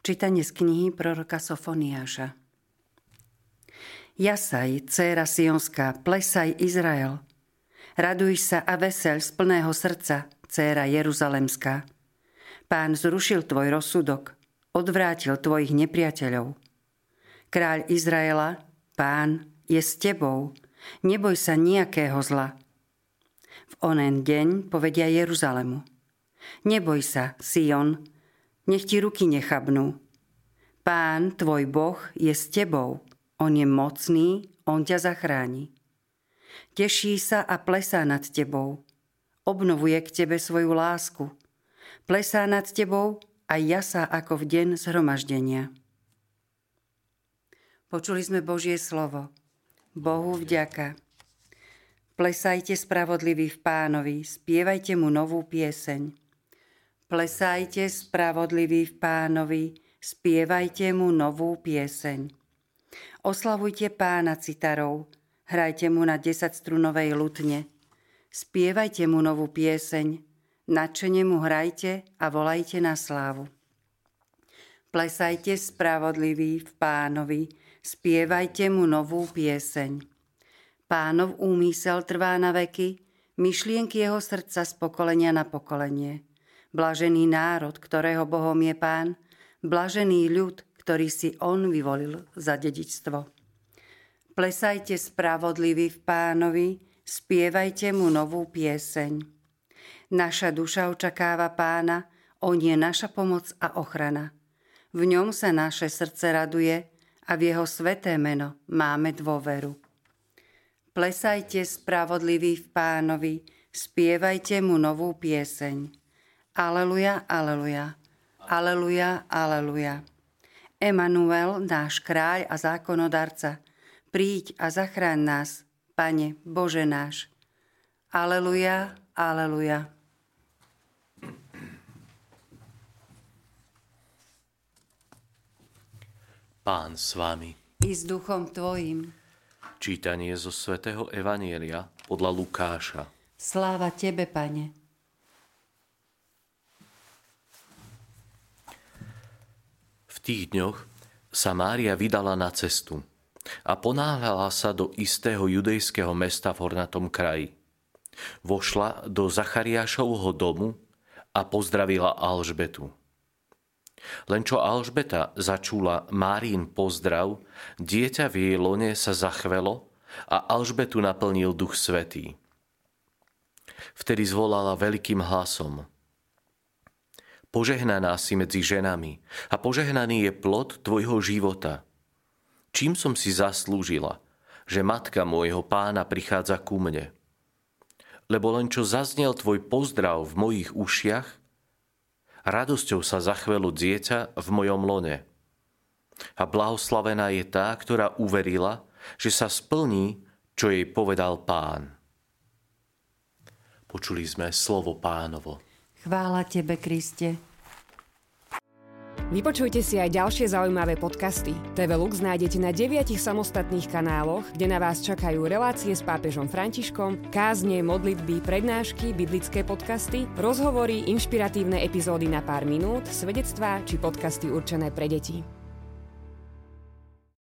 Čítanie z knihy proroka Sofoniáša. Jasaj, dcéra Sionská, plesaj Izrael. Raduj sa a veseľ z plného srdca, dcéra Jeruzalemská. Pán zrušil tvoj rozsudok, odvrátil tvojich nepriateľov. Kráľ Izraela, Pán, je s tebou, neboj sa nejakého zla. V onen deň povedia Jeruzalemu: Neboj sa, Sion, nech ti ruky nechabnú. Pán, tvoj Boh, je s tebou. On je mocný, on ťa zachráni. Teší sa a plesá nad tebou. Obnovuje k tebe svoju lásku. Plesá nad tebou a jasá ako v deň zhromaždenia. Počuli sme Božie slovo. Bohu vďaka. Plesajte spravodliví v Pánovi, spievajte mu novú pieseň. Plesajte spravodliví v Pánovi, spievajte mu novú pieseň. Oslavujte Pána citarov, hrajte mu na 10-strunovej lutne. Spievajte mu novú pieseň, nadšene mu hrajte a volajte na slávu. Plesajte spravodliví v Pánovi, spievajte mu novú pieseň. Pánov úmysel trvá na veky, myšlienky jeho srdca z pokolenia na pokolenie. Blažený národ, ktorého Bohom je Pán, blažený ľud, ktorý si on vyvolil za dedičstvo. Plesajte spravodliví v Pánovi, spievajte mu novú pieseň. Naša duša očakáva Pána, on je naša pomoc a ochrana. V ňom sa naše srdce raduje a v jeho sväté meno máme dôveru. Plesajte spravodliví v Pánovi, spievajte mu novú pieseň. Aleluja, aleluja, aleluja, aleluja. Emanuel, náš kráľ a zákonodarca, príď a zachráň nás, Pane, Bože náš. Aleluja, aleluja. Pán s vami. I s duchom tvojim. Čítanie zo svätého Evanjelia podľa Lukáša. Sláva tebe, Pane. V tých dňoch sa Mária vydala na cestu a ponáhľala sa do istého judejského mesta v hornatom kraji. Vošla do Zachariášovho domu a pozdravila Alžbetu. Len čo Alžbeta začula Márin pozdrav, dieťa v jej lone sa zachvelo a Alžbetu naplnil Duch Svätý. Vtedy zvolala veľkým hlasom: Požehnaná si medzi ženami a požehnaný je plod tvojho života. Čím som si zaslúžila, že matka môjho Pána prichádza ku mne? Lebo len čo zaznel tvoj pozdrav v mojich ušiach, radosťou sa zachvelo dieťa v mojom lone. A blahoslavená je tá, ktorá uverila, že sa splní, čo jej povedal Pán. Počuli sme slovo Pánovo. Chvála tebe, Kriste. Vypočujte si aj ďalšie zaujímavé podcasty. TV Lux nájdete na 9 samostatných kanáloch, kde na vás čakajú relácie s pápežom Františkom, kázne, modlitby, prednášky, biblické podcasty, rozhovory, inšpiratívne epizódy na pár minút, svedectvá či podcasty určené pre deti.